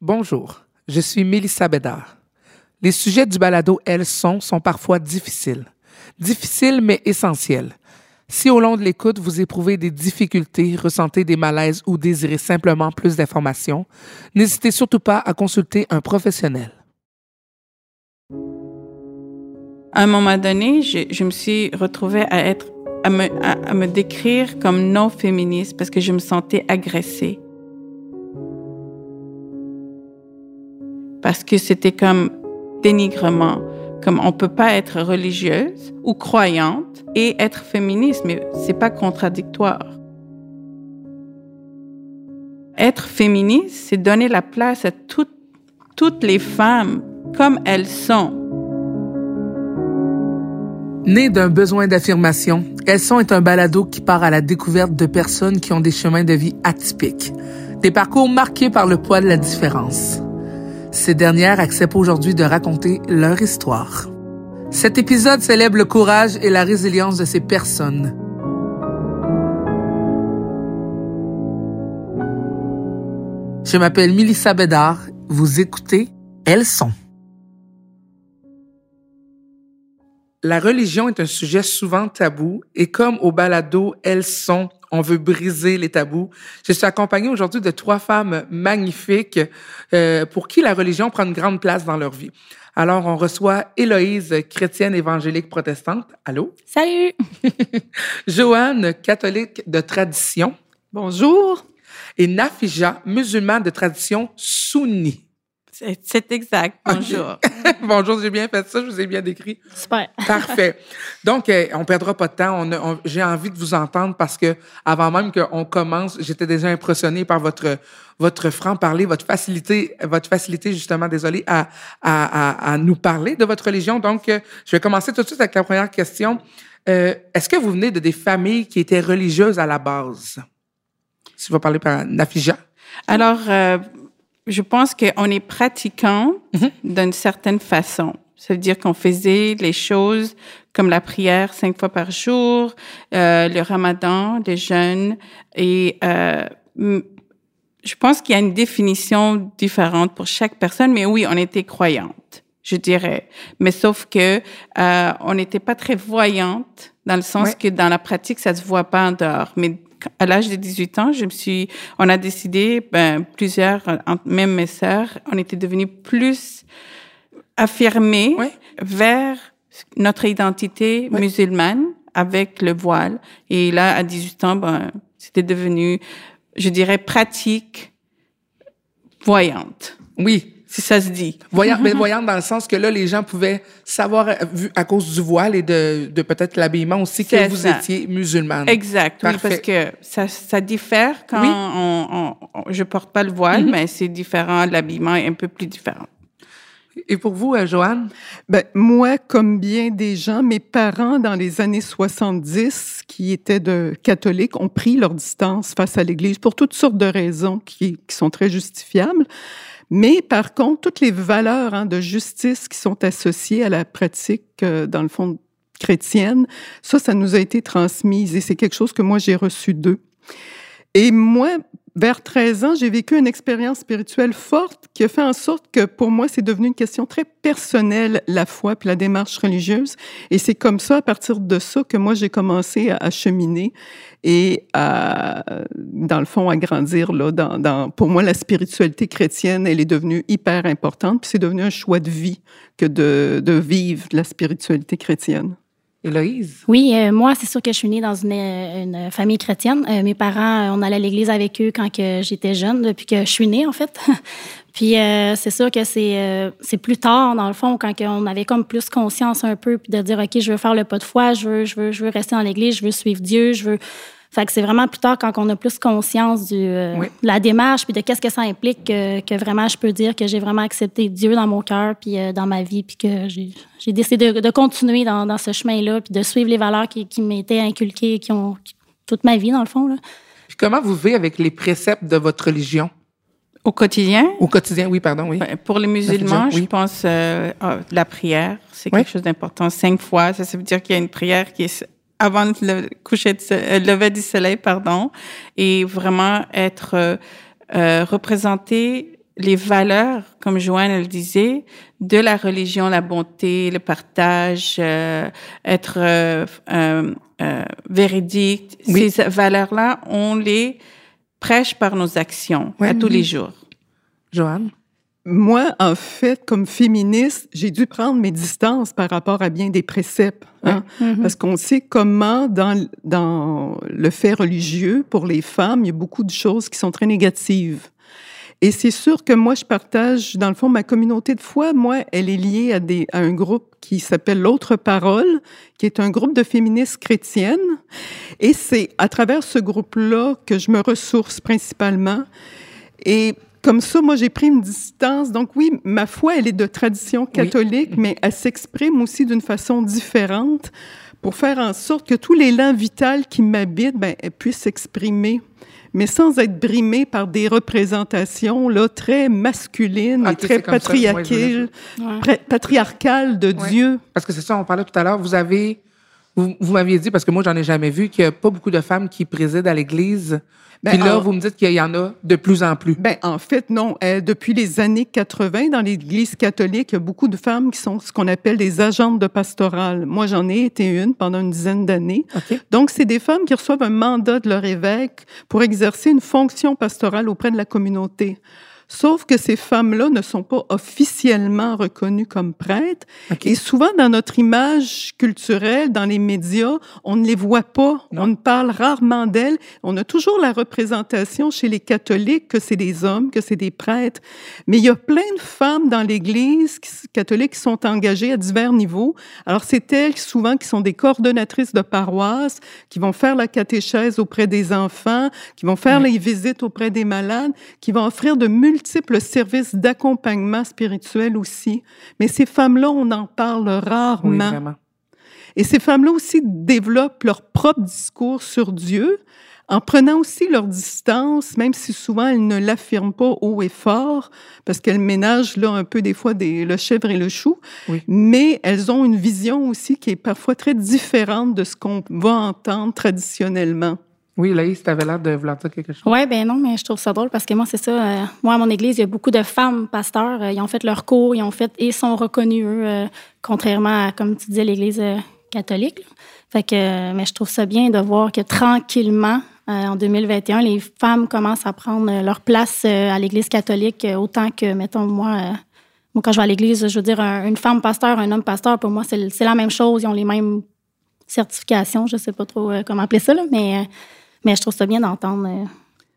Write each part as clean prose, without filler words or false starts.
Bonjour, je suis Mélissa Bédard. Les sujets du balado Elles sont parfois difficiles. Difficiles mais essentiels. Si au long de l'écoute, vous éprouvez des difficultés, ressentez des malaises ou désirez simplement plus d'informations, n'hésitez surtout pas à consulter un professionnel. À un moment donné, je me suis retrouvée à me décrire comme non féministe parce que je me sentais agressée. Parce que c'était comme dénigrement, comme on peut pas être religieuse ou croyante et être féministe, mais c'est pas contradictoire. Être féministe, c'est donner la place à toutes les femmes comme elles sont. Né d'un besoin d'affirmation, Elles sont est un balado qui part à la découverte de personnes qui ont des chemins de vie atypiques, des parcours marqués par le poids de la différence. Ces dernières acceptent aujourd'hui de raconter leur histoire. Cet épisode célèbre le courage et la résilience de ces personnes. Je m'appelle Mélissa Bédard. Vous écoutez Elles sont. La religion est un sujet souvent tabou et comme au balado Elles sont, on veut briser les tabous. Je suis accompagnée aujourd'hui de 3 femmes magnifiques pour qui la religion prend une grande place dans leur vie. Alors, on reçoit Héloïse, chrétienne évangélique protestante. Allô? Salut! Joanne, catholique de tradition. Bonjour! Et Nafija, musulmane de tradition sunni. C'est exact. Bonjour. Okay. Bonjour, j'ai bien fait ça, je vous ai bien décrit. Super. Parfait. Donc, on perdra pas de temps. J'ai envie de vous entendre parce que avant même qu'on commence, j'étais déjà impressionnée par votre franc-parler, votre facilité justement, désolée, à nous parler de votre religion. Donc, je vais commencer tout de suite avec la première question. Est-ce que vous venez de des familles qui étaient religieuses à la base? Si je vais parler par Nafija. Alors, je pense qu'on est pratiquant d'une certaine façon. Ça veut dire qu'on faisait les choses comme la prière 5 fois par jour, le ramadan, les jeûnes. Et je pense qu'il y a une définition différente pour chaque personne, mais oui, on était croyante, je dirais. Mais sauf que on n'était pas très voyante dans le sens que dans la pratique, ça se voit pas en dehors. Mais à l'âge de 18 ans, on a décidé, plusieurs, même mes sœurs, on était devenues plus affirmées vers notre identité musulmane avec le voile. Et là, à 18 ans, c'était devenu, je dirais, pratique, voyante. Oui. Si ça se dit. Voyante dans le sens que là, les gens pouvaient savoir, vu à cause du voile et de peut-être l'habillement aussi, que vous étiez musulmane. Exact, oui, parce que ça diffère quand je porte pas le voile, mais c'est différent, l'habillement est un peu plus différent. Et pour vous, Joanne? Moi, comme bien des gens, mes parents, dans les années 70, qui étaient catholiques, ont pris leur distance face à l'Église pour toutes sortes de raisons qui sont très justifiables. Mais par contre, toutes les valeurs de justice qui sont associées à la pratique, dans le fond, chrétienne, ça nous a été transmis et c'est quelque chose que moi, j'ai reçu d'eux. Et moi, vers 13 ans, j'ai vécu une expérience spirituelle forte qui a fait en sorte que, pour moi, c'est devenu une question très personnelle, la foi puis la démarche religieuse. Et c'est comme ça, à partir de ça, que moi, j'ai commencé à cheminer et dans le fond, à grandir. Pour moi, la spiritualité chrétienne, elle est devenue hyper importante. Puis c'est devenu un choix de vie que de vivre la spiritualité chrétienne. Héloïse? Oui, moi, c'est sûr que je suis née dans une famille chrétienne. Mes parents, on allait à l'église avec eux quand que j'étais jeune, depuis que je suis née, en fait. Puis c'est sûr que c'est plus tard, dans le fond, quand on avait comme plus conscience un peu, puis de dire, OK, je veux faire le pas de foi, je veux rester dans l'église, je veux suivre Dieu, Fait que c'est vraiment plus tard quand on a plus conscience de la démarche puis de qu'est-ce que ça implique que vraiment je peux dire que j'ai vraiment accepté Dieu dans mon cœur puis dans ma vie puis que j'ai décidé de continuer dans ce chemin-là puis de suivre les valeurs qui m'étaient inculquées toute ma vie dans le fond là. Puis comment vous vivez avec les préceptes de votre religion? Au quotidien? Au quotidien, oui, pardon, oui. Pour les musulmans, je pense la prière, c'est quelque chose d'important. 5 fois, ça veut dire qu'il y a une prière qui est avant le lever du soleil, et vraiment être représenté les valeurs, comme Joanne elle disait, de la religion, la bonté, le partage, être véridique. Oui. Ces valeurs-là, on les prêche par nos actions à tous les jours. Joanne? Moi, en fait, comme féministe, j'ai dû prendre mes distances par rapport à bien des préceptes. Hein? Parce qu'on sait comment, dans le fait religieux, pour les femmes, il y a beaucoup de choses qui sont très négatives. Et c'est sûr que moi, je partage, dans le fond, ma communauté de foi, moi, elle est liée à un groupe qui s'appelle L'Autre Parole, qui est un groupe de féministes chrétiennes. Et c'est à travers ce groupe-là que je me ressource principalement. Et comme ça, moi, j'ai pris une distance. Donc oui, ma foi, elle est de tradition catholique, mais elle s'exprime aussi d'une façon différente pour faire en sorte que tout l'élan vital qui m'habite, elle puisse s'exprimer, mais sans être brimée par des représentations là, très masculines et très patriarcales de Dieu. Parce que c'est ça, on parlait tout à l'heure, vous m'aviez dit, parce que moi, j'en ai jamais vu, qu'il n'y a pas beaucoup de femmes qui président à l'Église. Puis là, vous me dites qu'il y en a de plus en plus. En fait, non. Depuis les années 80, dans l'Église catholique, il y a beaucoup de femmes qui sont ce qu'on appelle des agentes de pastorale. Moi, j'en ai été une pendant une dizaine d'années. Okay. Donc, c'est des femmes qui reçoivent un mandat de leur évêque pour exercer une fonction pastorale auprès de la communauté. Sauf que ces femmes-là ne sont pas officiellement reconnues comme prêtres. Okay. Et souvent, dans notre image culturelle, dans les médias, on ne les voit pas. Non. On ne parle rarement d'elles. On a toujours la représentation chez les catholiques que c'est des hommes, que c'est des prêtres. Mais il y a plein de femmes dans l'Église catholique qui sont engagées à divers niveaux. Alors, c'est elles, souvent, qui sont des coordonnatrices de paroisse, qui vont faire la catéchèse auprès des enfants, qui vont faire les visites auprès des malades, qui vont offrir de multiples services d'accompagnement spirituel aussi. Mais ces femmes-là, on en parle rarement. Oui, vraiment. Et ces femmes-là aussi développent leur propre discours sur Dieu en prenant aussi leur distance, même si souvent elles ne l'affirment pas haut et fort, parce qu'elles ménagent là un peu des fois le chèvre et le chou, mais elles ont une vision aussi qui est parfois très différente de ce qu'on va entendre traditionnellement. Oui, Laïs, tu avais l'air de vouloir dire quelque chose. Oui, non, mais je trouve ça drôle parce que moi, c'est ça. Moi, à mon église, il y a beaucoup de femmes pasteurs. Ils ont fait leur cours, et sont reconnus, eux, contrairement à, comme tu disais, l'église catholique. Fait que, mais je trouve ça bien de voir que tranquillement, en 2021, les femmes commencent à prendre leur place à l'église catholique autant que, mettons, moi, quand je vais à l'église, je veux dire, une femme pasteur, un homme pasteur, pour moi, c'est la même chose. Ils ont les mêmes certifications. Je sais pas trop comment appeler ça, là, mais je trouve ça bien d'entendre.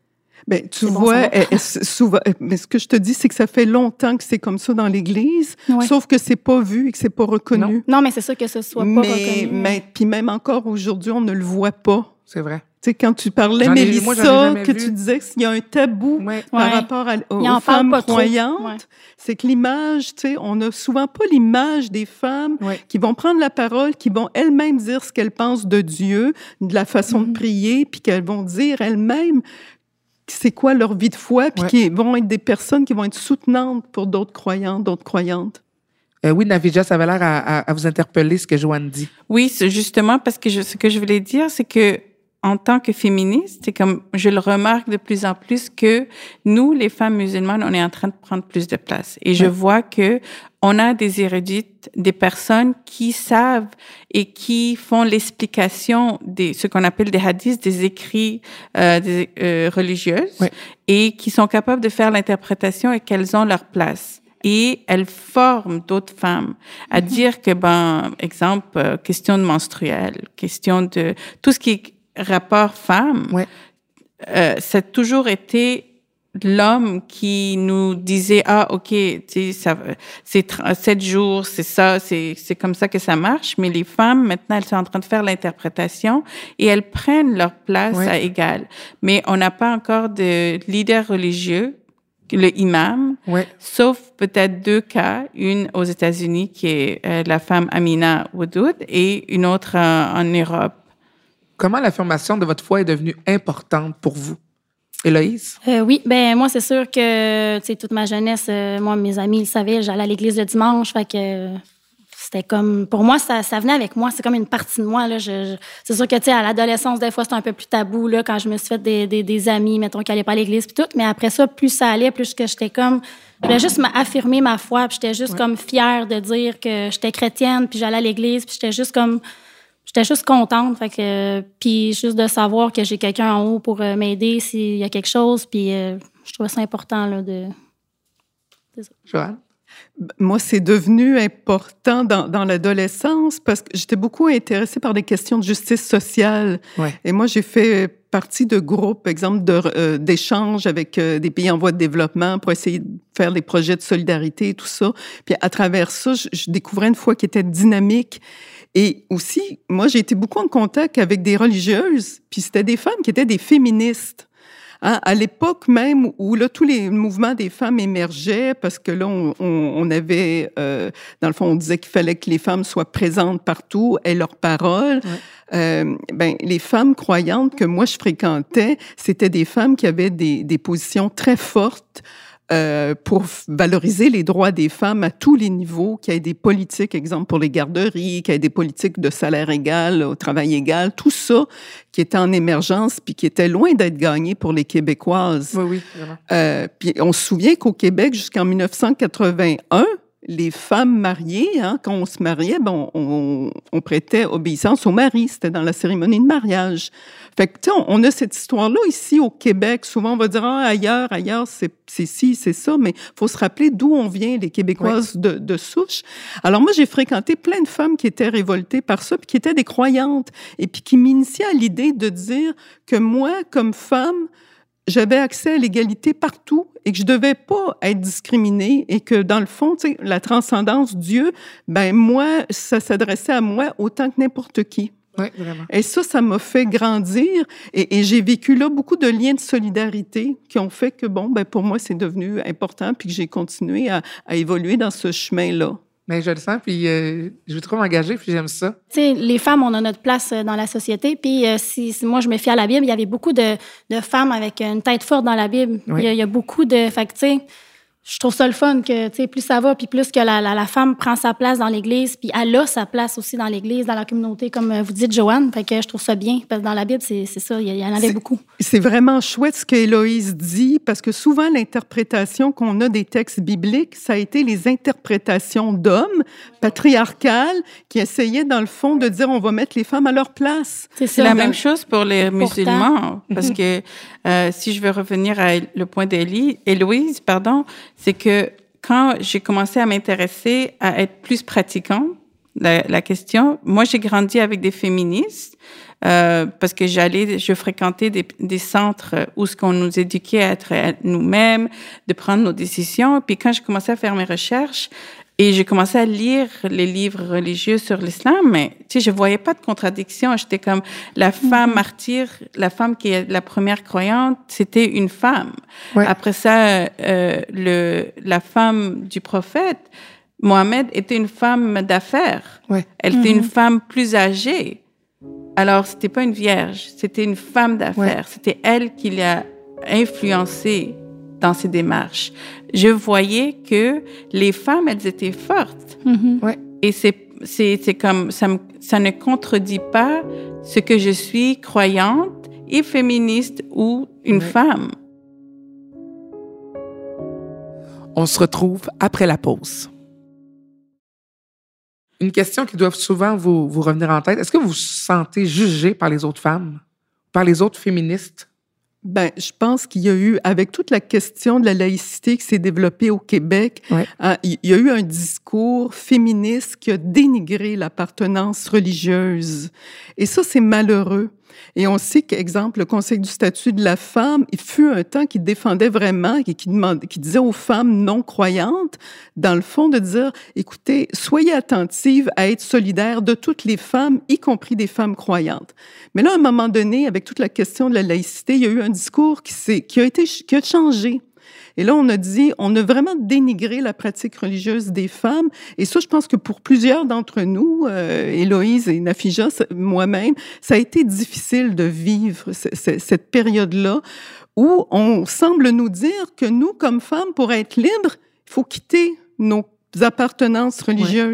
Tu vois, souvent, mais ce que je te dis, c'est que ça fait longtemps que c'est comme ça dans l'Église, sauf que c'est pas vu et que c'est pas reconnu. Non, mais c'est ça que ce soit pas reconnu. Puis même encore aujourd'hui, on ne le voit pas. C'est vrai. Tu sais, quand tu parlais, Mélissa, que tu disais qu'il y a un tabou par rapport aux femmes croyantes, c'est que l'image, tu sais, on n'a souvent pas l'image des femmes qui vont prendre la parole, qui vont elles-mêmes dire ce qu'elles pensent de Dieu, de la façon de prier, puis qu'elles vont dire elles-mêmes c'est quoi leur vie de foi, puis qui vont être des personnes qui vont être soutenantes pour d'autres croyants, d'autres croyantes. Oui, Navija, ça avait l'air à vous interpeller ce que Joanne dit. Oui, c'est justement parce que ce que je voulais dire, c'est que en tant que féministe, c'est comme je le remarque de plus en plus que nous, les femmes musulmanes, on est en train de prendre plus de place. Et je vois que on a des érudites, des personnes qui savent et qui font l'explication ce qu'on appelle des hadiths, des écrits religieuses, et qui sont capables de faire l'interprétation et qu'elles ont leur place. Et elles forment d'autres femmes à dire que, exemple, question de menstruelle, question de tout ce qui est rapport femme, ça a toujours été l'homme qui nous disait OK, tu sais, c'est 7 jours, c'est ça, c'est comme ça que ça marche, mais les femmes maintenant elles sont en train de faire l'interprétation et elles prennent leur place à égal. Mais on n'a pas encore de leader religieux, le imam, sauf peut-être 2 cas, une aux États-Unis qui est la femme Amina Woudoud et une autre en Europe. Comment l'affirmation de votre foi est devenue importante pour vous? Héloïse? Oui, moi, c'est sûr que, tu sais, toute ma jeunesse, moi, mes amis, ils savaient, j'allais à l'église le dimanche, fait que c'était comme, pour moi, ça venait avec moi. C'est comme une partie de moi, là. C'est sûr que, tu sais, à l'adolescence, des fois, c'était un peu plus tabou, là, quand je me suis fait des amis, mettons, qui allaient pas à l'église, puis tout. Mais après ça, plus ça allait, plus que j'étais comme, je voulais juste affirmer ma foi, puis j'étais juste comme fière de dire que j'étais chrétienne, puis j'allais à l'église, puis j'étais juste contente. Fait que, puis juste de savoir que j'ai quelqu'un en haut pour m'aider s'il y a quelque chose, puis je trouvais ça important, là, c'est ça. Joanne? Moi, c'est devenu important dans l'adolescence parce que j'étais beaucoup intéressée par des questions de justice sociale. Ouais. Et moi, j'ai fait partie de groupes, exemple, d'échanges avec des pays en voie de développement pour essayer de faire des projets de solidarité et tout ça. Puis à travers ça, je découvrais une foi qui était dynamique. Et aussi, moi, j'ai été beaucoup en contact avec des religieuses, puis c'était des femmes qui étaient des féministes. Hein, à l'époque même où là, tous les mouvements des femmes émergeaient, parce que là, on avait, dans le fond, on disait qu'il fallait que les femmes soient présentes partout, aient leur parole. Ouais. Les femmes croyantes que moi, je fréquentais, c'était des femmes qui avaient des positions très fortes pour valoriser les droits des femmes à tous les niveaux, qu'il y ait des politiques, exemple pour les garderies, qu'il y ait des politiques de salaire égal, au travail égal, tout ça qui était en émergence puis qui était loin d'être gagné pour les Québécoises. Oui, vraiment. Puis on se souvient qu'au Québec, jusqu'en 1981, les femmes mariées, hein, quand on se mariait, on prêtait obéissance au mari. C'était dans la cérémonie de mariage. Fait que, tu sais, on a cette histoire-là ici au Québec. Souvent, on va dire, ailleurs, c'est ci, c'est ça. Mais il faut se rappeler d'où on vient, les Québécoises de souche. Alors, moi, j'ai fréquenté plein de femmes qui étaient révoltées par ça, puis qui étaient des croyantes, et puis qui m'initiaient à l'idée de dire que moi, comme femme, j'avais accès à l'égalité partout et que je devais pas être discriminée et que, dans le fond, tu sais, la transcendance Dieu, moi, ça s'adressait à moi autant que n'importe qui. Oui, vraiment. Et ça m'a fait grandir et j'ai vécu là beaucoup de liens de solidarité qui ont fait que, pour moi, c'est devenu important puis que j'ai continué à évoluer dans ce chemin-là. Mais je le sens, puis je veux trop m'engager, puis j'aime ça. Tu sais, les femmes, on a notre place dans la société. Puis si moi, je me fie à la Bible, il y avait beaucoup de femmes avec une tête forte dans la Bible. Oui. Il y a beaucoup de... Fait que, tu sais, je trouve ça le fun que, tu sais, plus ça va, puis plus que la femme prend sa place dans l'Église, puis elle a sa place aussi dans l'Église, dans la communauté, comme vous dites, Joanne. Fait que je trouve ça bien, parce que dans la Bible, c'est ça, il y en avait beaucoup. C'est vraiment chouette ce qu'Héloïse dit, parce que souvent, l'interprétation qu'on a des textes bibliques, ça a été les interprétations d'hommes patriarcales qui essayaient, dans le fond, de dire on va mettre les femmes à leur place. C'est la même chose pour les musulmans, parce que si je veux revenir à le point d'Héloïse, c'est que quand j'ai commencé à m'intéresser à être plus pratiquante, la question, moi, j'ai grandi avec des féministes parce que je fréquentais des centres où ce qu'on nous éduquait à être nous-mêmes, de prendre nos décisions. Puis quand j'ai commencé à faire mes recherches, et j'ai commencé à lire les livres religieux sur l'islam, mais tu sais, je voyais pas de contradiction. J'étais comme la femme martyre, la femme qui est la première croyante, c'était une femme. Ouais. Après ça, la femme du prophète, Mohamed, était une femme d'affaires. Ouais. Elle était une femme plus âgée. Alors, c'était pas une vierge, c'était une femme d'affaires. Ouais. C'était elle qui l'a influencée dans ses démarches. Je voyais que les femmes, elles étaient fortes. Mm-hmm. Ouais. Et c'est comme, ça ne contredit pas ce que je suis croyante et féministe ou une femme. On se retrouve après la pause. Une question qui doit souvent vous revenir en tête. Est-ce que vous vous sentez jugée par les autres femmes, par les autres féministes? Je pense qu'il y a eu, avec toute la question de la laïcité qui s'est développée au Québec, il y a eu un discours féministe qui a dénigré l'appartenance religieuse. Et ça, c'est malheureux. Et on sait qu'exemple, le Conseil du statut de la femme, il fut un temps qui défendait vraiment, qui disait aux femmes non croyantes, dans le fond, de dire, écoutez, soyez attentives à être solidaires de toutes les femmes, y compris des femmes croyantes. Mais là, à un moment donné, avec toute la question de la laïcité, il y a eu un discours qui a changé. Et là, on a dit, on a vraiment dénigré la pratique religieuse des femmes. Et ça, je pense que pour plusieurs d'entre nous, Héloïse et Nafija, moi-même, ça a été difficile de vivre cette période-là où on semble nous dire que nous, comme femmes, pour être libres, il faut quitter nos appartenances religieuses.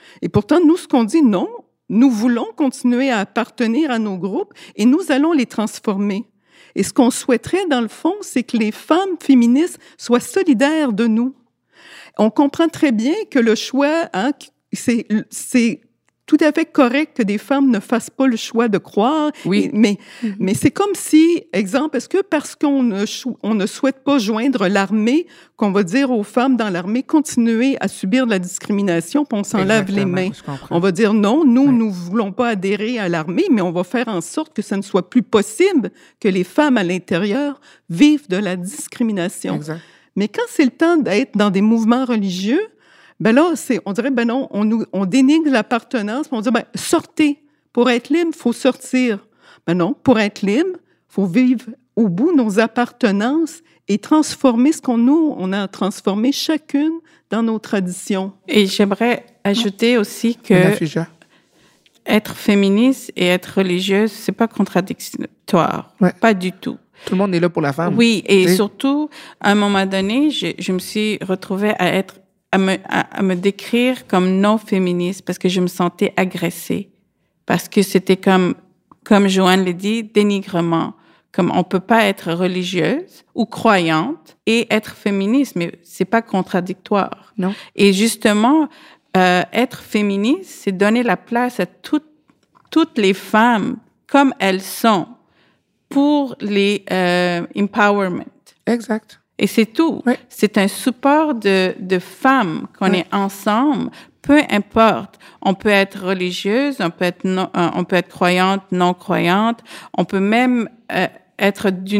Et pourtant, nous, ce qu'on dit, non, nous voulons continuer à appartenir à nos groupes et nous allons les transformer. Et ce qu'on souhaiterait, dans le fond, c'est que les femmes féministes soient solidaires de nous. On comprend très bien que le choix, c'est tout à fait correct que des femmes ne fassent pas le choix de croire. Oui. Mais c'est comme si, exemple, est-ce que parce qu'on ne souhaite pas joindre l'armée, qu'on va dire aux femmes dans l'armée, continuez à subir de la discrimination, puis on s'en lave les mains. On va dire non, nous voulons pas adhérer à l'armée, mais on va faire en sorte que ça ne soit plus possible que les femmes à l'intérieur vivent de la discrimination. Exact. Mais quand c'est le temps d'être dans des mouvements religieux, ben là, on dirait, ben non, on dénigre l'appartenance, on dit, ben sortez. Pour être libre, il faut sortir. Ben non, pour être libre, il faut vivre au bout nos appartenances et transformer ce on a transformé chacune dans nos traditions. Et j'aimerais ajouter aussi que être féministe et être religieuse, c'est pas contradictoire. Ouais. Pas du tout. Tout le monde est là pour la femme. Oui, et surtout, à un moment donné, je me suis retrouvée à me décrire comme non féministe parce que je me sentais agressée. Parce que c'était comme Joanne l'a dit, dénigrement. Comme on peut pas être religieuse ou croyante et être féministe, mais c'est pas contradictoire. Non. Et justement, être féministe, c'est donner la place à toutes les femmes comme elles sont pour les empowerment. Exact. Et c'est tout. Oui. C'est un support de femmes qu'on est ensemble. Peu importe. On peut être religieuse, on peut être croyante, non croyante. On peut même être de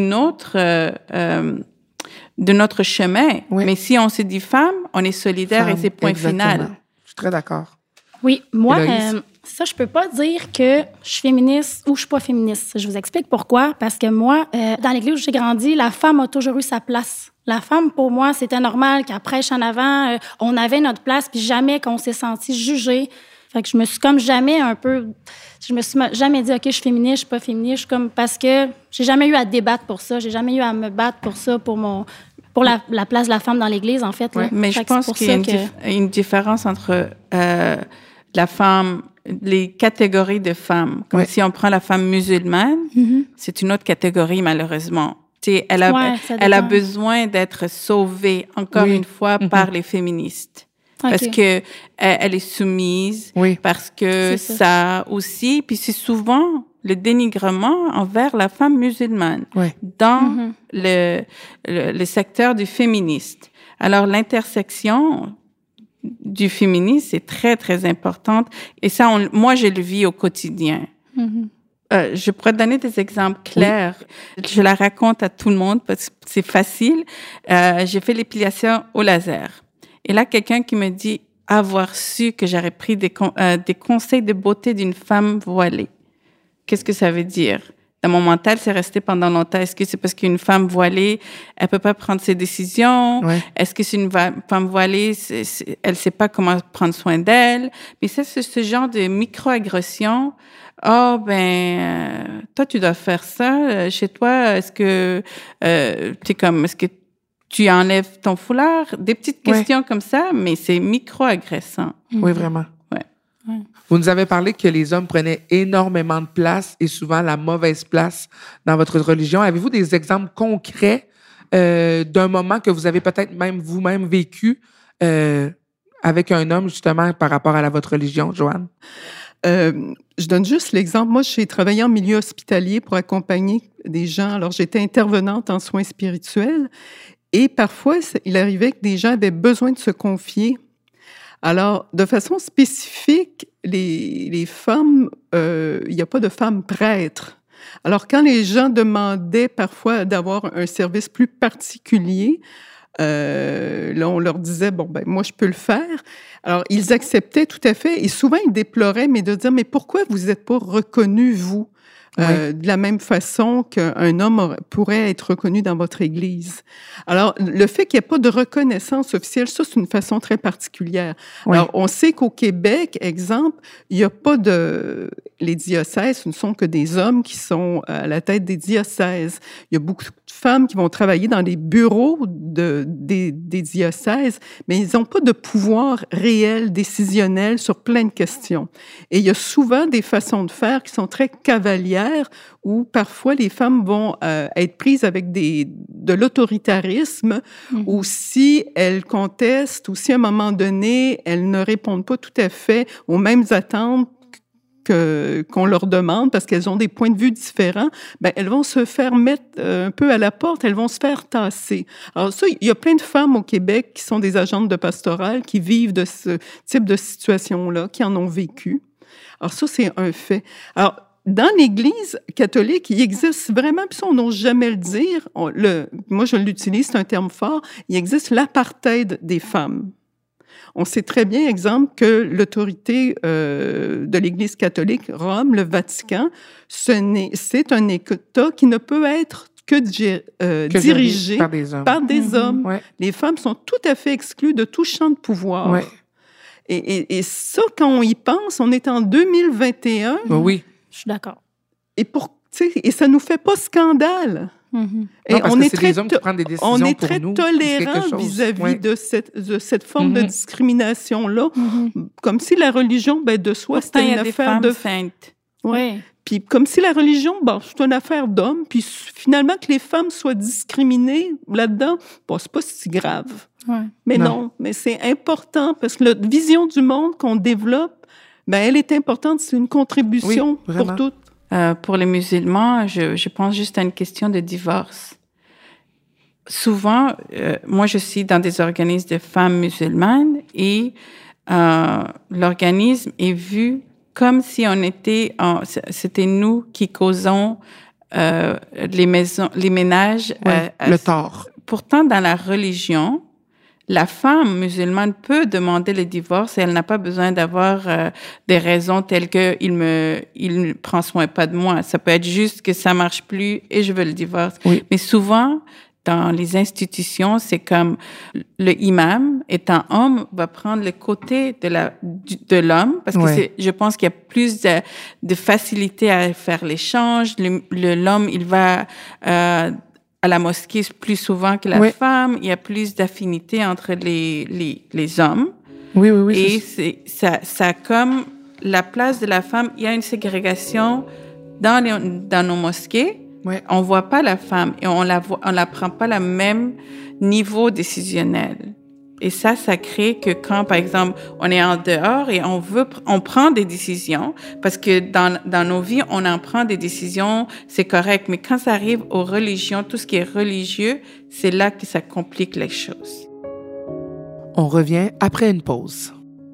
notre chemin. Oui. Mais si on se dit femme, on est solidaire et c'est point final. Je suis très d'accord. Oui, moi, Héloïse? Je peux pas dire que je suis féministe ou je suis pas féministe. Je vous explique pourquoi. Parce que moi, dans l'église où j'ai grandi, la femme a toujours eu sa place. La femme, pour moi, c'était normal qu'elle prêche en avant. On avait notre place, puis jamais qu'on s'est senti jugé. Fait que je me suis comme jamais je me suis jamais dit, OK, je suis féministe, je suis pas féministe. Je suis comme, parce que j'ai jamais eu à débattre pour ça. J'ai jamais eu à me battre pour ça, pour la place de la femme dans l'église, en fait. Là. Mais je pense qu'il y a une différence entre la femme, les catégories de femmes. Comme si on prend la femme musulmane, c'est une autre catégorie, malheureusement. Elle a besoin d'être sauvée, encore une fois, par les féministes. Parce que elle est soumise, parce que ça aussi, puis c'est souvent le dénigrement envers la femme musulmane dans le secteur du féministe. Alors, l'intersection du féminisme, c'est très, très importante. Et ça, moi, je le vis au quotidien. Je pourrais te donner des exemples clairs. Je la raconte à tout le monde parce que c'est facile. J'ai fait l'épilation au laser. Et là, quelqu'un qui me dit avoir su que j'aurais pris des conseils de beauté d'une femme voilée. Qu'est-ce que ça veut dire? Dans mon mental, c'est resté pendant longtemps. Est-ce que c'est parce qu'une femme voilée, elle peut pas prendre ses décisions? Est-ce que c'est une femme voilée, elle sait pas comment prendre soin d'elle? Mais ça, c'est ce genre de microagression. Oh, toi, tu dois faire ça. Chez toi, est-ce que est-ce que tu enlèves ton foulard? Des petites questions comme ça, mais c'est micro-agressant. Oui, vraiment. Vous nous avez parlé que les hommes prenaient énormément de place et souvent la mauvaise place dans votre religion. Avez-vous des exemples concrets d'un moment que vous avez peut-être même vous-même vécu avec un homme, justement, par rapport à votre religion, Joanne? Je donne juste l'exemple. Moi, j'ai travaillé en milieu hospitalier pour accompagner des gens. Alors, j'étais intervenante en soins spirituels et parfois, il arrivait que des gens avaient besoin de se confier. Alors, de façon spécifique, les femmes, il n'y a pas de femmes prêtres. Alors, quand les gens demandaient parfois d'avoir un service plus particulier, là, on leur disait, moi, je peux le faire. Alors, ils acceptaient tout à fait. Et souvent, ils déploraient, mais de dire, mais pourquoi vous n'êtes pas reconnus, vous, de la même façon qu'un homme pourrait être reconnu dans votre Église? Alors, le fait qu'il n'y ait pas de reconnaissance officielle, ça, c'est une façon très particulière. Alors, on sait qu'au Québec, exemple, il n'y a pas les diocèses, ce ne sont que des hommes qui sont à la tête des diocèses. Il y a femmes qui vont travailler dans les bureaux des diocèses, mais ils n'ont pas de pouvoir réel, décisionnel sur plein de questions. Et il y a souvent des façons de faire qui sont très cavalières, où parfois les femmes vont être prises avec de l'autoritarisme, ou si elles contestent, ou si à un moment donné, elles ne répondent pas tout à fait aux mêmes attentes qu'on leur demande parce qu'elles ont des points de vue différents, ben elles vont se faire mettre un peu à la porte, elles vont se faire tasser. Alors ça, il y a plein de femmes au Québec qui sont des agentes de pastoral, qui vivent de ce type de situation-là, qui en ont vécu. Alors ça, c'est un fait. Alors, dans l'Église catholique, il existe vraiment, puis ça, on n'ose jamais le dire, moi je l'utilise, c'est un terme fort, il existe l'apartheid des femmes. On sait très bien, exemple, que l'autorité de l'Église catholique, Rome, le Vatican, c'est un État qui ne peut être que dirigé par des hommes. Ouais. Les femmes sont tout à fait exclues de tout champ de pouvoir. Ouais. Et ça, quand on y pense, on est en 2021. Oui. Je suis d'accord. Et ça nous fait pas scandale. Et on est très, des hommes qui prennent des décisions on est pour très nous, tolérant vis-à-vis de cette forme de discrimination-là, comme si la religion, de soi, c'était une affaire de saintes. Oui. Puis comme si la religion, c'est une affaire d'hommes, puis finalement que les femmes soient discriminées là-dedans, c'est pas si grave. Ouais. Mais non, mais c'est important parce que la vision du monde qu'on développe, elle est importante, c'est une contribution pour toutes. Pour les musulmans, je pense juste à une question de divorce. Souvent, moi, je suis dans des organismes de femmes musulmanes et l'organisme est vu comme si c'était nous qui causons les ménages. Le tort. Pourtant, dans la religion, la femme musulmane peut demander le divorce et elle n'a pas besoin d'avoir des raisons telles que il ne prend soin pas de moi. Ça peut être juste que ça marche plus et je veux le divorce. Oui. Mais souvent, dans les institutions, c'est comme le imam, étant homme, va prendre le côté de l'homme parce que je pense qu'il y a plus de facilité à faire l'échange. L'homme, il va à la mosquée plus souvent que la femme. Il y a plus d'affinité entre les hommes. Oui. Et ça comme la place de la femme, il y a une ségrégation dans nos mosquées. Ouais. On voit pas la femme et on la prend pas le même niveau décisionnel. Et ça crée que quand, par exemple, on est en dehors et on prend des décisions, parce que dans nos vies, on en prend des décisions, c'est correct. Mais quand ça arrive aux religions, tout ce qui est religieux, c'est là que ça complique les choses. On revient après une pause.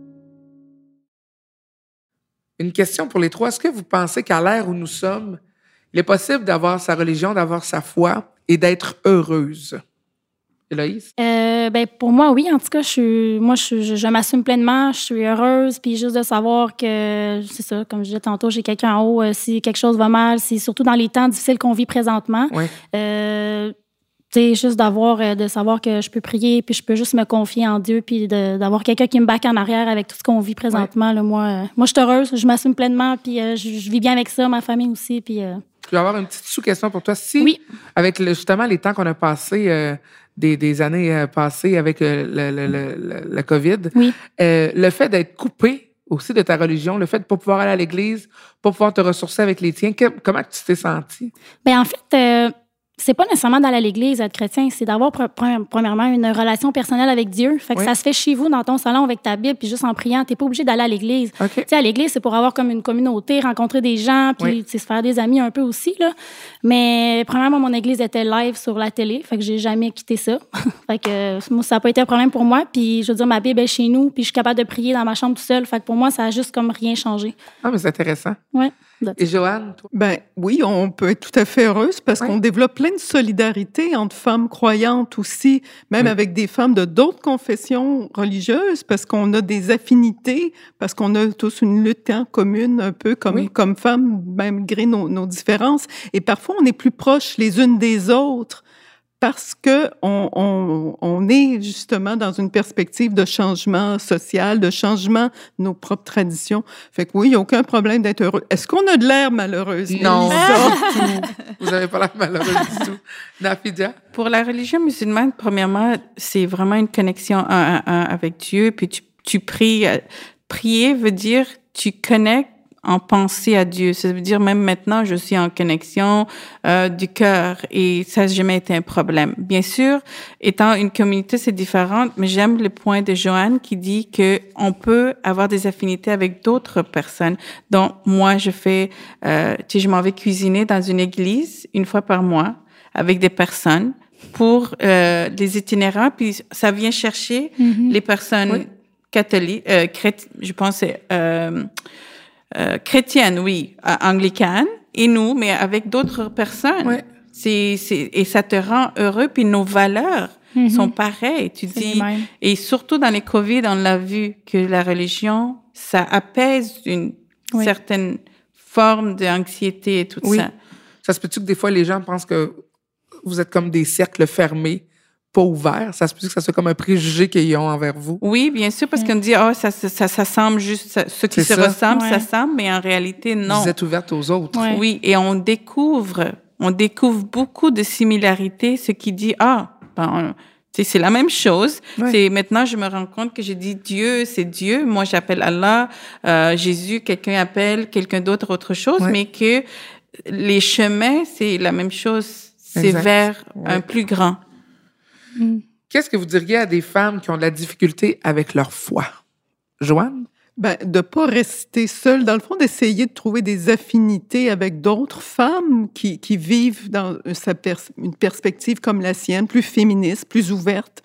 Une question pour les trois. Est-ce que vous pensez qu'à l'ère où nous sommes, il est possible d'avoir sa religion, d'avoir sa foi et d'être heureuse? Héloïse? Pour moi, oui. En tout cas, je m'assume pleinement. Je suis heureuse. Puis juste de savoir que, c'est ça, comme je disais tantôt, j'ai quelqu'un en haut. Si quelque chose va mal, c'est surtout dans les temps difficiles qu'on vit présentement. Oui. Juste de savoir que je peux prier, puis je peux juste me confier en Dieu, puis d'avoir quelqu'un qui me back en arrière avec tout ce qu'on vit présentement. Là, moi, je suis heureuse. Je m'assume pleinement, puis je vis bien avec ça, ma famille aussi. Puis, Je vais avoir une petite sous-question pour toi. Si, avec justement les temps qu'on a passés, des années passées avec le COVID, le fait d'être coupé aussi de ta religion, le fait de ne pas pouvoir aller à l'église, pas pouvoir te ressourcer avec les tiens, comment tu t'es sentie? En fait, c'est pas nécessairement d'aller à l'église, être chrétien, c'est d'avoir premièrement une relation personnelle avec Dieu. Fait que ça se fait chez vous, dans ton salon, avec ta Bible, puis juste en priant. T'es pas obligé d'aller à l'église. Okay. Tu sais, à l'église, c'est pour avoir comme une communauté, rencontrer des gens, puis se faire des amis un peu aussi, là. Mais premièrement, mon église était live sur la télé, fait que j'ai jamais quitté ça. Fait que moi, ça n'a pas été un problème pour moi. Puis je veux dire, ma Bible est chez nous, puis je suis capable de prier dans ma chambre tout seul. Fait que pour moi, ça a juste comme rien changé. Ah, mais c'est intéressant. Ouais. Et Joanne, toi? Oui, on peut être tout à fait heureuse parce qu'on développe plein de solidarité entre femmes croyantes aussi, même avec des femmes de d'autres confessions religieuses, parce qu'on a des affinités, parce qu'on a tous une lutte commune, un peu comme femmes, malgré nos différences. Et parfois, on est plus proches les unes des autres parce que on est justement dans une perspective de changement social, de changement de nos propres traditions. Fait que oui, il n'y a aucun problème d'être heureux. Est-ce qu'on a de l'air malheureuse? Non, vous n'avez pas l'air malheureuse du tout. Nafidia? Pour la religion musulmane, premièrement, c'est vraiment une connexion un à un avec Dieu. Puis tu pries. Prier veut dire tu connectes en pensée à Dieu. Ça veut dire même maintenant, je suis en connexion du cœur et ça n'a jamais été un problème. Bien sûr, étant une communauté, c'est différent, mais j'aime le point de Joanne qui dit que on peut avoir des affinités avec d'autres personnes. Donc, moi, je m'en vais cuisiner dans une église une fois par mois avec des personnes pour les itinérants, puis ça vient chercher les personnes catholiques, je pense chrétienne, oui, anglicane, et nous, mais avec d'autres personnes. Ouais. Et ça te rend heureux, puis nos valeurs sont pareilles. Tu dis, et surtout dans les COVID, on l'a vu que la religion, ça apaise une certaine forme d'anxiété et tout ça. Ça se peut-tu que des fois, les gens pensent que vous êtes comme des cercles fermés, pas ouverts? Ça se peut que ça soit comme un préjugé qu'ils ont envers vous? Oui, bien sûr, parce qu'on dit, ça semble juste, ce qui se ressemble, ça semble, mais en réalité, non. Vous êtes ouverte aux autres. Ouais. Oui, et on découvre beaucoup de similarités, ce qui dit, c'est la même chose. Ouais. C'est maintenant, je me rends compte que j'ai dit Dieu, c'est Dieu. Moi, j'appelle Allah, Jésus, quelqu'un appelle quelqu'un d'autre autre chose, mais que les chemins, c'est la même chose. C'est vers un plus grand. Qu'est-ce que vous diriez à des femmes qui ont de la difficulté avec leur foi? Joanne? Ben, de ne pas rester seule. Dans le fond, d'essayer de trouver des affinités avec d'autres femmes qui vivent dans une perspective comme la sienne, plus féministe, plus ouverte.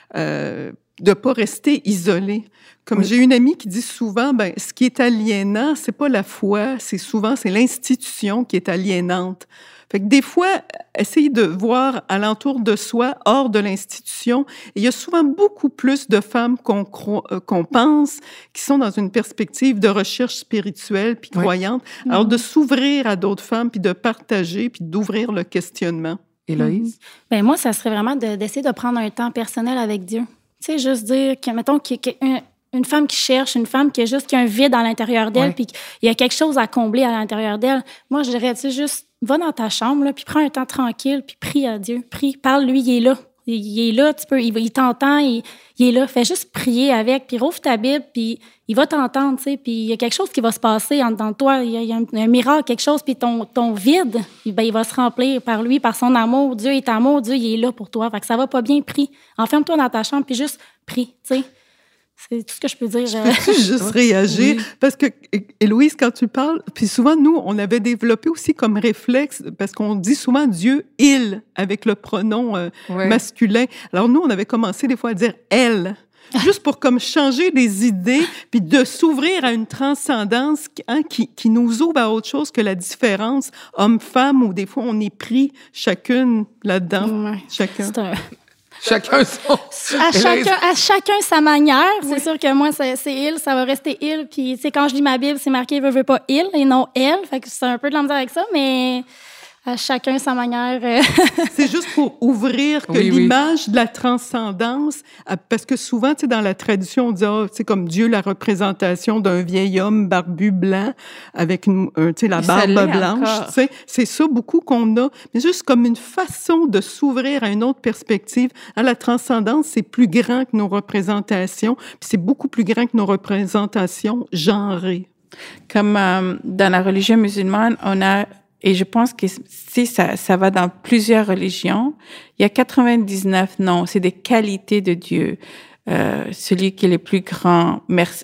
De ne pas rester isolée. Comme j'ai une amie qui dit souvent, ce qui est aliénant, c'est pas la foi, c'est l'institution qui est aliénante. Fait que des fois, essayer de voir alentour de soi, hors de l'institution, et il y a souvent beaucoup plus de femmes qu'on pense qui sont dans une perspective de recherche spirituelle puis croyante. Alors, de s'ouvrir à d'autres femmes, puis de partager, puis d'ouvrir le questionnement. Héloïse? Ben moi, ça serait vraiment d'essayer de prendre un temps personnel avec Dieu. Tu sais, juste dire que, mettons, une femme qui cherche, une femme qui a un vide à l'intérieur d'elle, puis il y a quelque chose à combler à l'intérieur d'elle. Moi, je dirais, tu sais, juste va dans ta chambre, là, puis prends un temps tranquille, puis prie à Dieu. Prie, parle-lui, il est là. Il est là, il t'entend, il est là. Fais juste prier avec, puis rouvre ta Bible, puis il va t'entendre, tu sais. Puis il y a quelque chose qui va se passer dans toi. Il y a un miracle, quelque chose, puis ton vide, il va se remplir par lui, par son amour. Dieu est amour, Dieu, il est là pour toi. Fait que ça va pas bien, prie. Enferme-toi dans ta chambre, puis juste prie, tu sais. C'est tout ce que je peux dire. Peux-tu juste réagir? Oui. Parce que, Héloïse, quand tu parles, puis souvent, nous, on avait développé aussi comme réflexe, parce qu'on dit souvent Dieu, il, avec le pronom masculin. Alors, nous, on avait commencé des fois à dire elle, juste pour comme changer les idées, puis de s'ouvrir à une transcendance qui nous ouvre à autre chose que la différence homme-femme, où des fois, on est pris chacune là-dedans. Chacun. Chacun son... À chacun sa manière. C'est sûr que moi, c'est il, ça va rester il. Puis, tu sais, quand je lis ma Bible, c'est marqué « veut pas il » et non « elle ». Fait que c'est un peu de la misère avec ça, mais à chacun sa manière. C'est juste pour ouvrir que l'image de la transcendance, parce que souvent, tu sais, dans la tradition, on dit, c'est comme Dieu, la représentation d'un vieil homme barbu blanc avec la barbe blanche. Tu sais, c'est ça beaucoup qu'on a, mais juste comme une façon de s'ouvrir à une autre perspective. La transcendance, c'est plus grand que nos représentations, puis c'est beaucoup plus grand que nos représentations genrées. Comme dans la religion musulmane, on a... Et je pense que si ça va dans plusieurs religions, il y a 99 noms, c'est des qualités de Dieu. Celui qui est le plus grand,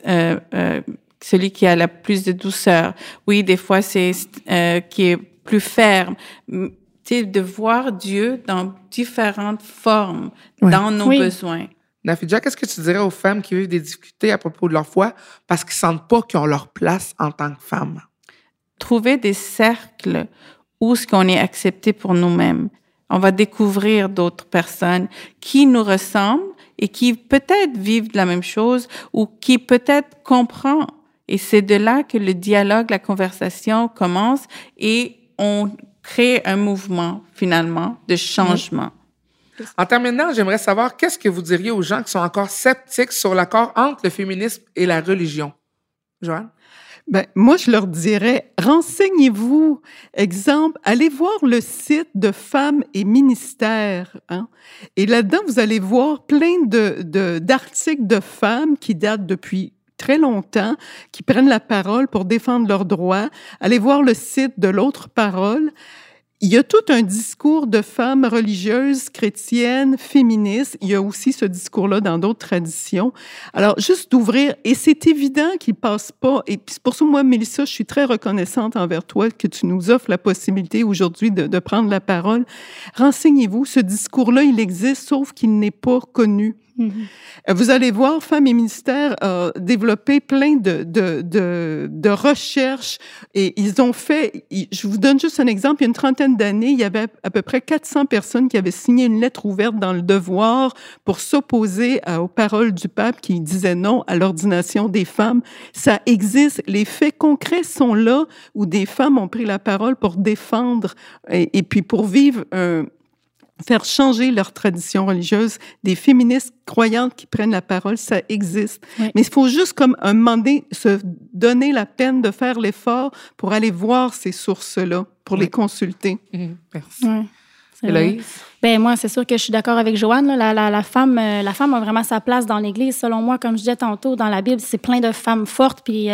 celui qui a la plus de douceur. Oui, des fois c'est qui est plus ferme. Tu sais, de voir Dieu dans différentes formes, dans nos besoins. Nafidia, qu'est-ce que tu dirais aux femmes qui vivent des difficultés à propos de leur foi parce qu'ils sentent pas qu'ils ont leur place en tant que femmes? Trouver des cercles où ce qu'on est accepté pour nous-mêmes. On va découvrir d'autres personnes qui nous ressemblent et qui peut-être vivent la même chose ou qui peut-être comprennent. Et c'est de là que le dialogue, la conversation commence et on crée un mouvement, finalement, de changement. En terminant, j'aimerais savoir qu'est-ce que vous diriez aux gens qui sont encore sceptiques sur l'accord entre le féminisme et la religion? Joanne? Ben, moi, je leur dirais, renseignez-vous. Exemple, allez voir le site de Femmes et Ministères. Hein? Et là-dedans, vous allez voir plein d'articles de femmes qui datent depuis très longtemps, qui prennent la parole pour défendre leurs droits. Allez voir le site de l'autre parole. Il y a tout un discours de femmes religieuses, chrétiennes, féministes. Il y a aussi ce discours-là dans d'autres traditions. Alors, juste d'ouvrir, et c'est évident qu'il ne passe pas, et c'est pour ça, moi, Mélissa, je suis très reconnaissante envers toi que tu nous offres la possibilité aujourd'hui de prendre la parole. Renseignez-vous, ce discours-là, il existe, sauf qu'il n'est pas connu. Mm-hmm. Vous allez voir, Femmes et Ministères a développé plein de recherches et ils ont fait, je vous donne juste un exemple, il y a une trentaine d'années, il y avait à peu près 400 personnes qui avaient signé une lettre ouverte dans le Devoir pour s'opposer aux paroles du pape qui disait non à l'ordination des femmes. Ça existe, les faits concrets sont là où des femmes ont pris la parole pour défendre et puis pour vivre faire changer leur tradition religieuse, des féministes croyantes qui prennent la parole, ça existe. Oui. Mais il faut juste, comme un moment donné, se donner la peine de faire l'effort pour aller voir ces sources-là, pour les consulter. Merci. Héloïse? Ben moi, c'est sûr que je suis d'accord avec Joanne. Là. La femme a vraiment sa place dans l'Église. Selon moi, comme je disais tantôt, dans la Bible, c'est plein de femmes fortes, puis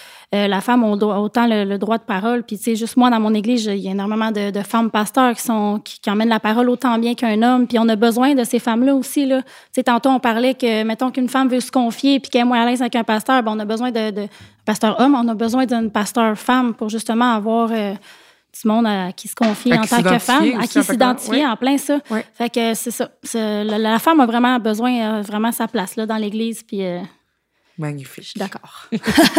la femme a autant le droit de parole. Puis, tu sais, juste moi, dans mon église, il y a énormément de femmes pasteurs qui emmènent la parole autant bien qu'un homme. Puis, on a besoin de ces femmes-là aussi, là. Tu sais, tantôt, on parlait que, mettons qu'une femme veut se confier puis qu'elle est moins à l'aise avec un pasteur, ben on a besoin de pasteur homme, on a besoin d'une pasteur femme pour justement avoir du monde qui se confie en tant que femme, à qui s'identifier en plein ça. Oui. Fait que c'est ça. La femme a vraiment besoin, vraiment sa place, là, dans l'église, puis... Magnifique. Je suis d'accord.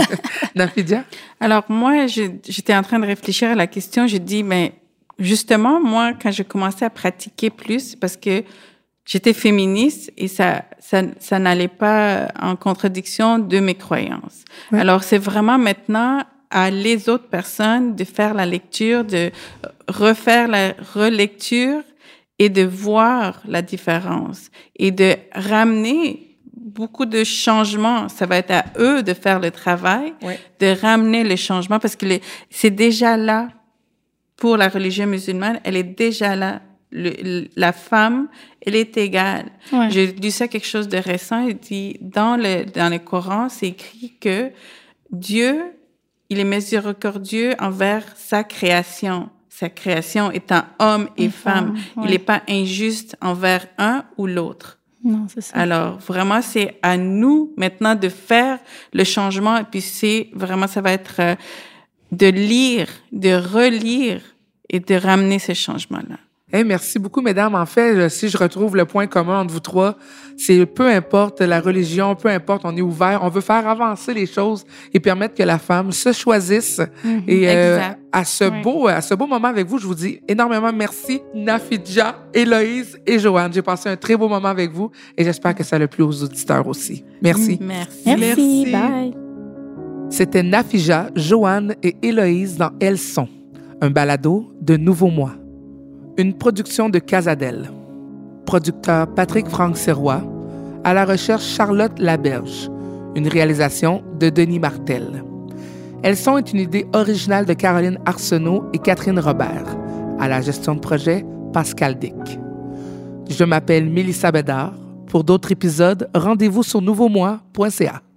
Nafidia? Alors, moi, j'étais en train de réfléchir à la question. J'ai dit, mais justement, moi, quand j'ai commencé à pratiquer plus, parce que j'étais féministe et ça n'allait pas en contradiction de mes croyances. Ouais. Alors, c'est vraiment maintenant à les autres personnes de faire la lecture, de refaire la relecture et de voir la différence et de ramener beaucoup de changements. Ça va être à eux de faire le travail, de ramener les changements parce que c'est déjà là pour la religion musulmane. Elle est déjà là. La femme, elle est égale. Ouais. J'ai lu ça quelque chose de récent. Il dit dans le Coran, c'est écrit que Dieu, il est miséricordieux envers sa création. Sa création étant homme et femme. Ouais. Il n'est pas injuste envers un ou l'autre. Non, c'est ça. Alors, vraiment, c'est à nous maintenant de faire le changement. Et puis, ça va être de lire, de relire et de ramener ces changements-là. Hey, merci beaucoup, mesdames. En fait, si je retrouve le point commun entre vous trois, c'est peu importe la religion, peu importe, on est ouvert, on veut faire avancer les choses et permettre que la femme se choisisse. Mm-hmm. Et à ce beau moment avec vous, je vous dis énormément merci, Nafidja, Héloïse et Joanne. J'ai passé un très beau moment avec vous et j'espère que ça a plu aux auditeurs aussi. Merci. Merci. Bye. C'était Nafidja, Joanne et Héloïse dans Elles sont, un balado de Nouveau Moi. Une production de Casadel. Producteur Patrick-Franck Sirois. À la recherche Charlotte Laberge. Une réalisation de Denis Martel. Elles sont une idée originale de Caroline Arsenault et Catherine Robert. À la gestion de projet, Pascal Dick. Je m'appelle Mélissa Bédard. Pour d'autres épisodes, rendez-vous sur nouveaumois.ca.